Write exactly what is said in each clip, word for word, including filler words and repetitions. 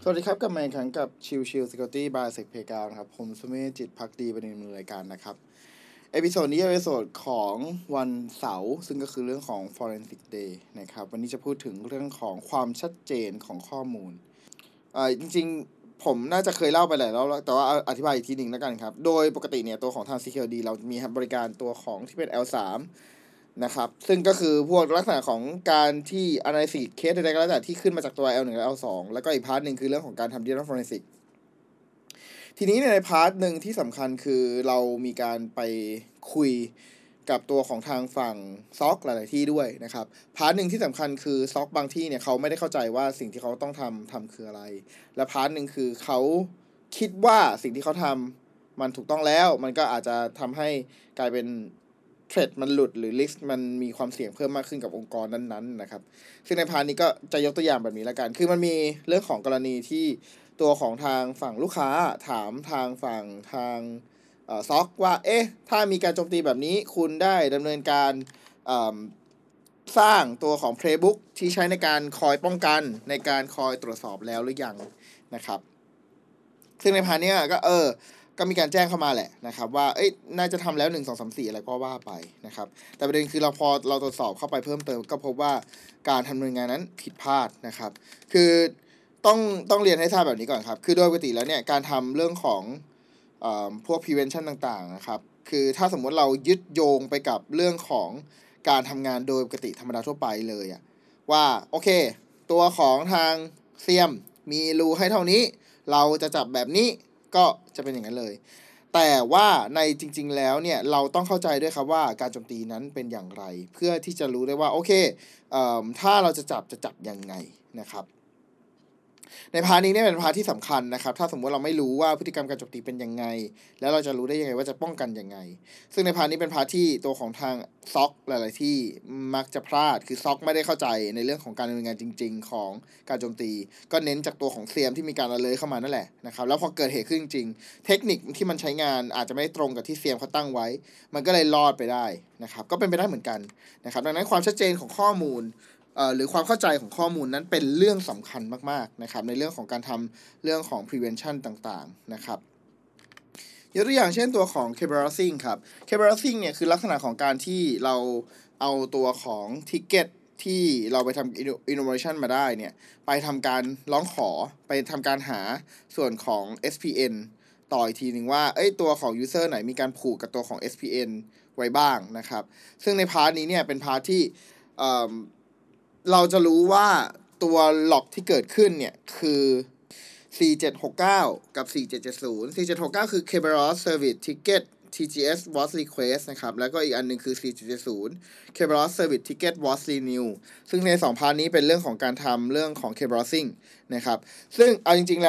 สวัสดีครับกลับมาอีกครั้งกับชิวชิว Security by Sec Playground ครับผมสุเมธจิตภักดีเป็นมือรายการนะครับเอพิโซดนี้เอพิโซดของวันเสาร์ซึ่งก็คือเรื่องของ Forensic Day นะครับวันนี้จะพูดถึงเรื่องของความชัดเจนของข้อมูลอ่าจริงๆผมน่าจะเคยเล่าไปหลายรอบแล้วแต่ว่าอธิบายอีกทีหนึ่งแล้วกันครับโดยปกติเนี่ยตัวของทาง Security เรามีบริการตัวของที่เป็น แอล ทรี นะครับซึ่งก็คือพวกลักษณะของการที่ analysis case ใดๆก็แล้วแต่ที่ขึ้นมาจากตัว แอล หนึ่ง และ แอล สอง แล้วก็อีกพาร์ทหนึ่งคือเรื่องของการทำ data forensic ทีนี้ในพาร์ทหนึ่งที่สำคัญคือเรามีการไปคุยกับตัวของทางฝั่งซอกหลายๆที่ด้วยนะครับพาร์ทหนึ่งที่สำคัญคือซอกบางที่เนี่ยเขาไม่ได้เข้าใจว่าสิ่งที่เขาต้องทำทำคืออะไรและพาร์ทหนึ่งคือเขาคิดว่าสิ่งที่เขาทำมันถูกต้องแล้วมันก็อาจจะทำให้กลายเป็นเทรดมันหลุดหรือลิสต์มันมีความเสี่ยงเพิ่มมากขึ้นกับองค์กรนั้นๆนะครับซึ่งในพาร์ทนี้ก็จะยกตัวอย่างแบบนี้ละกันคือมันมีเรื่องของกรณีที่ตัวของทางฝั่งลูกค้าถามทางฝั่งทางเอ่อซอกว่าเอ๊ะถ้ามีการโจมตีแบบนี้คุณได้ดำเนินการสร้างตัวของ playbook ที่ใช้ในการคอยป้องกันในการคอยตรวจสอบแล้วหรือยังนะครับซึ่งในพาร์ทนี้ก็เออก็มีการแจ้งเข้ามาแหละนะครับว่าเอ้ยน่าจะทำแล้วหนึ่ง สอง สาม สี่อะไรก็ว่าไปนะครับแต่ประเด็นคือเราพอเราตรวจสอบเข้าไปเพิ่มเติมก็พบว่าการทำงานนั้นผิดพลาดนะครับคือต้องต้องเรียนให้ทราบแบบนี้ก่อนครับคือโดยปกติแล้วเนี่ยการทำเรื่องของเอ่อพวก prevention ต่างๆนะครับคือถ้าสมมติเรายึดโยงไปกับเรื่องของการทำงานโดยปกติธรรมดาทั่วไปเลยอะว่าโอเคตัวของทางเซียมมีรูให้เท่านี้เราจะจับแบบนี้ก็จะเป็นอย่างนั้นเลยแต่ว่าในจริงๆแล้วเนี่ยเราต้องเข้าใจด้วยครับว่าการโจมตีนั้นเป็นอย่างไรเพื่อที่จะรู้ได้ว่าโอเคเอ่อถ้าเราจะจับจะจับยังไงนะครับในพาร์ทนี้เนี่ยเป็นพาร์ทที่สำคัญนะครับถ้าสมมติเราไม่รู้ว่าพฤติกรรมการโจมตีเป็นยังไงแล้วเราจะรู้ได้ยังไงว่าจะป้องกันยังไงซึ่งในพาร์ทนี้เป็นพาร์ทที่ตัวของทางซ็อกหลายๆที่มักจะพลาดคือซ็อกไม่ได้เข้าใจในเรื่องของการดำเนินงานจริงๆของการโจมตีก็เน้นจากตัวของเซียมที่มีการละเลยเข้ามานั่นแหละนะครับแล้วพอเกิดเหตุขึ้นจริงๆเทคนิคที่มันใช้งานอาจจะไม่ตรงกับที่เซียมเขาตั้งไว้มันก็เลยรอดไปได้นะครับก็เป็นไปได้เหมือนกันนะครับดังนั้นความชัดเจนของข้อมูลหรือความเข้าใจของข้อมูลนั้นเป็นเรื่องสำคัญมากๆนะครับในเรื่องของการทำเรื่องของ prevention ต่างๆนะครับยกตัวอย่างเช่นตัวของ K-Browsing ครับ K-Browsing เนี่ยคือลักษณะของการที่เราเอาตัวของ ticket ที่เราไปทำ enumeration มาได้เนี่ยไปทำการร้องขอไปทำการหาส่วนของ เอส พี เอ็น ต่ออีกทีหนึ่งว่าเอ้ยตัวของ user ไหนมีการผูกกับตัวของ เอส พี เอ็น ไว้บ้างนะครับซึ่งในพาร์ทนี้เนี่ยเป็นพาร์ทที่เราจะรู้ว่าตัวล็อกที่เกิดขึ้นเนี่ยคือสี่เจ็ดหกเก้ากับสี่เจ็ดเจ็ดศูนย์ สี่เจ็ดหกเก้าคือ Kerberos Service Ticket ที จี เอส was request นะครับแล้วก็อีกอันนึงคือสี่เจ็ดเจ็ดศูนย์ Kerberos Service Ticket was renew ซึ่งในสองพาร์ทนี้เป็นเรื่องของการทำเรื่องของ Kerberosing นะครับซึ่งเอาจริงๆแล้ว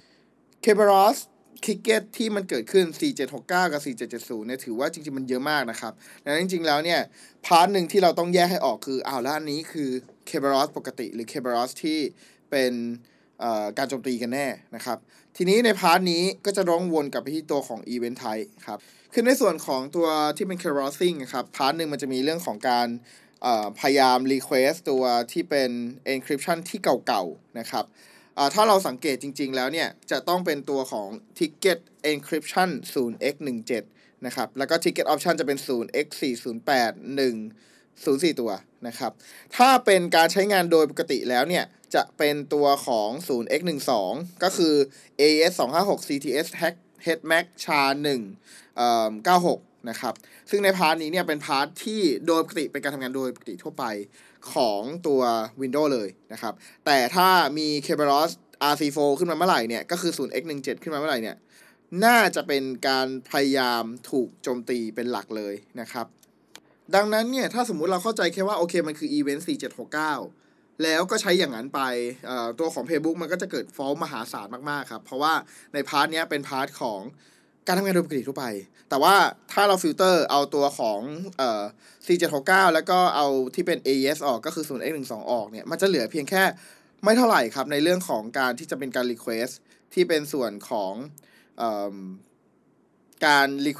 Kerberos Ticket ที่มันเกิดขึ้นสี่เจ็ดหกเก้ากับสี่เจ็ดเจ็ดศูนย์เนี่ยถือว่าจริงๆมันเยอะมากนะครับดังนั้นจริงๆแล้วเนี่ยพาร์ทนึงที่เราต้องแยกให้ออกคืออ้าวแล้วอันนี้คือ Kerberos ปกติหรือ Kerberos ที่เป็นการโจมตีกันแน่นะครับทีนี้ในพาร์ทนี้ก็จะร้องวนกลับไปที่ตัวของ Event Type ครับคือในส่วนของตัวที่เป็น Kerberosing นะครับพาร์ทนึงมันจะมีเรื่องของการพยายาม request ตัวที่เป็น encryption ที่เก่าๆนะครับถ้าเราสังเกตจริงๆแล้วเนี่ยจะต้องเป็นตัวของ ticket encryption ศูนย์ เอ็กซ์ หนึ่งเจ็ด นะครับแล้วก็ ticket option จะเป็น ศูนย์ เอ็กซ์ สี่ ศูนย์ แปด หนึ่ง ศูนย์ สี่ ตัวนะครับถ้าเป็นการใช้งานโดยปกติแล้วเนี่ยจะเป็นตัวของ ศูนย์ เอ็กซ์ หนึ่งสอง ก็คือ เอ อี เอส สองห้าหก ซี ที เอส hack headmac ชา หนึ่ง เอ่อ เก้าหกนะครับซึ่งในพาร์ทนี้เนี่ยเป็นพาร์ทที่โดยปกติเป็นการทำงานโดยปกติทั่วไปของตัว Windows เลยนะครับแต่ถ้ามี Kerberos อาร์ ซี โฟร์ ขึ้นมาเมื่อไหร่เนี่ยก็คือ ศูนย์ เอ็กซ์ หนึ่งเจ็ด ขึ้นมาเมื่อไหร่เนี่ยน่าจะเป็นการพยายามถูกโจมตีเป็นหลักเลยนะครับดังนั้นเนี่ยถ้าสมมุติเราเข้าใจแค่ว่าโอเคมันคือ Event สี่เจ็ดหกเก้าแล้วก็ใช้อย่างนั้นไปตัวของ Playbook มันก็จะเกิดฟอลต์มหาศาลมากๆครับเพราะว่าในพาร์ทนี้เป็นพาร์ทของการทำงานโดยปกติทั่วไปแต่ว่าถ้าเราฟิลเตอร์เอาตัวของเอ่อสี่เจ็ดหกเก้าแล้วก็เอาที่เป็น เอ อี เอส ออกก็คือ ศูนย์ เอ็กซ์ หนึ่งสอง ออกเนี่ยมันจะเหลือเพียงแค่ไม่เท่าไหร่ครับในเรื่องของการที่จะเป็นการ request ที่เป็นส่วนของเอ่อการ request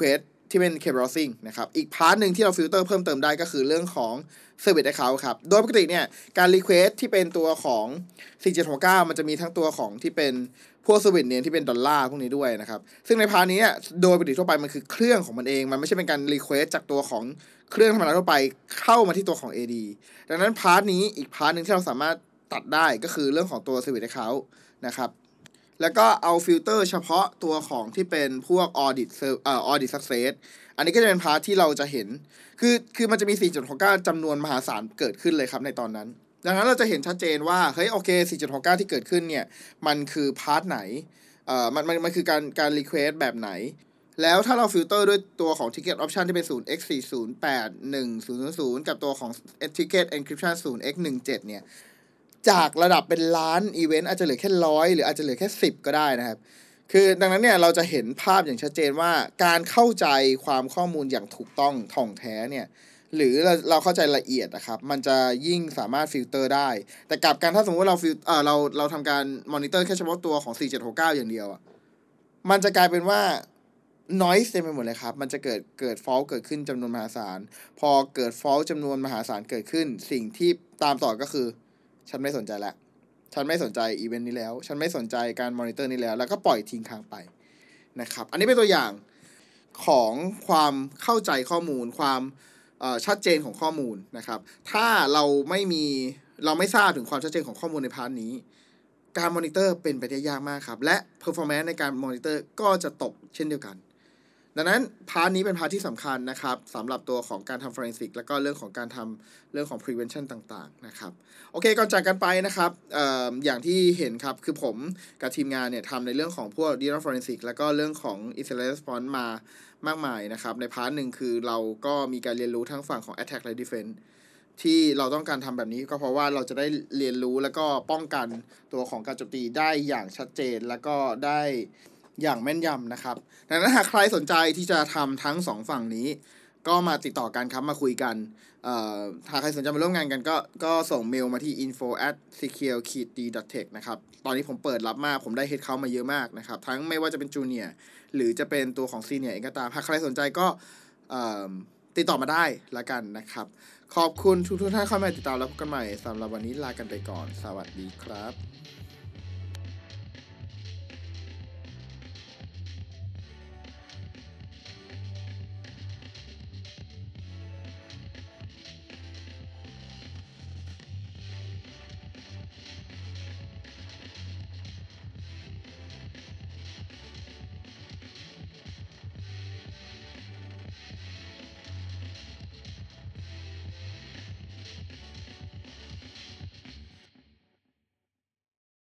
ที่เป็น K browsing นะครับอีกพาร์ทหนึ่งที่เราฟิลเตอร์เพิ่มเติมได้ก็คือเรื่องของ Service Account ครับโดยปกติเนี่ยการ Request ที่เป็นตัวของ สี่เจ็ดหกเก้า มันจะมีทั้งตัวของที่เป็นพวก Service Name ที่เป็นดอลลาร์พวกนี้ด้วยนะครับซึ่งในพาร์ทนี้โดยปกติทั่วไปมันคือเครื่องของมันเองมันไม่ใช่เป็นการ Request จากตัวของเครื่องธรรมดาทั่วไปเข้ามาที่ตัวของ เอ ดี ดังนั้นพาร์ทนี้อีกพาร์ทนึงที่เราสามารถตัดได้ก็คือเรื่องของตัว Service Account นะครับแล้วก็เอาฟิลเตอร์เฉพาะตัวของที่เป็นพวก audit เอ่อ audit success อันนี้ก็จะเป็นพาร์ทที่เราจะเห็นคือคือมันจะมี สี่จุดหกเก้า จำนวนมหาศาลเกิดขึ้นเลยครับในตอนนั้นดังนั้นเราจะเห็นชัดเจนว่าเฮ้ยโอเค สี่จุดหกเก้า ที่เกิดขึ้นเนี่ยมันคือพาร์ทไหนเอ่อมันมันมันคือการการ request แบบไหนแล้วถ้าเราฟิลเตอร์ด้วยตัวของ ticket option ที่เป็น ศูนย์ เอ็กซ์ สี่ ศูนย์ แปด หนึ่ง ศูนย์ ศูนย์ ศูนย์ กับตัวของ ticket encryption ศูนย์ เอ็กซ์ หนึ่ง เจ็ด เนี่ยจากระดับเป็นล้านอีเวนต์อาจจะเหลือแค่ร้อยหรืออาจจะเหลือแค่สิบก็ได้นะครับคือดังนั้นเนี่ยเราจะเห็นภาพอย่างชัดเจนว่าการเข้าใจความข้อมูลอย่างถูกต้องถ่องแท้เนี่ยหรือเราเราเข้าใจละเอียดนะครับมันจะยิ่งสามารถฟิลเตอร์ได้แต่กลับกันถ้าสมมติว่าเราฟิลเอ่อเราเราทำการมอนิเตอร์แค่เฉพาะตัวของ สี่เจ็ดหกเก้า อย่างเดียวอ่ะมันจะกลายเป็นว่า noise เต็มไปหมดเลยครับมันจะเกิดเกิด fault เกิดขึ้นจำนวนมหาศาลพอเกิด fault จำนวนมหาศาลเกิดขึ้นสิ่งที่ตามต่อก็คือฉันไม่สนใจแล้วฉันไม่สนใจอีเวนต์นี้แล้วฉันไม่สนใจการมอนิเตอร์นี้แล้วแล้วก็ปล่อยทิ้งค้างไปนะครับอันนี้เป็นตัวอย่างของความเข้าใจข้อมูลความชัดเจนของข้อมูลนะครับถ้าเราไม่มีเราไม่ทราบถึงความชัดเจนของข้อมูลในพาร์ทนี้การมอนิเตอร์เป็นไปได้ยากมากครับและ performance ในการมอนิเตอร์ก็จะตกเช่นเดียวกันดังนั้นพาร์ทนี้เป็นพาร์ทที่สำคัญนะครับสำหรับตัวของการทำ forensic แล้วก็เรื่องของการทำเรื่องของ prevention ต่างๆนะครับโอเคก่อนจากกันไปนะครับ เอ่อ อย่างที่เห็นครับคือผมกับทีมงานเนี่ยทำในเรื่องของพวก digital forensic แล้วก็เรื่องของ incident response มามากมายนะครับในพาร์ทหนึ่งคือเราก็มีการเรียนรู้ทั้งฝั่งของ attack และ defense ที่เราต้องการทำแบบนี้ก็เพราะว่าเราจะได้เรียนรู้แล้วก็ป้องกันตัวของการโจมตีได้อย่างชัดเจนแล้วก็ได้อย่างแม่นยำนะครับดังนั้นหากใครสนใจที่จะทำทั้งสองฝั่งนี้ก็มาติดต่อกันครับมาคุยกันเอ่อหากใครสนใจมาร่วมงานกันก็ก็ส่งเมลมาที่ info at secure d tech นะครับตอนนี้ผมเปิดรับมากผมได้ head count มาเยอะมากนะครับทั้งไม่ว่าจะเป็นจูเนียร์หรือจะเป็นตัวของซีเนียร์เองก็ตามหากใครสนใจก็เอ่อติดต่อมาได้ละกันนะครับขอบคุณทุกท่านเข้ามาติดตามแล้วพบกันใหม่สำหรับวันนี้ลากันไปก่อนสวัสดีครับ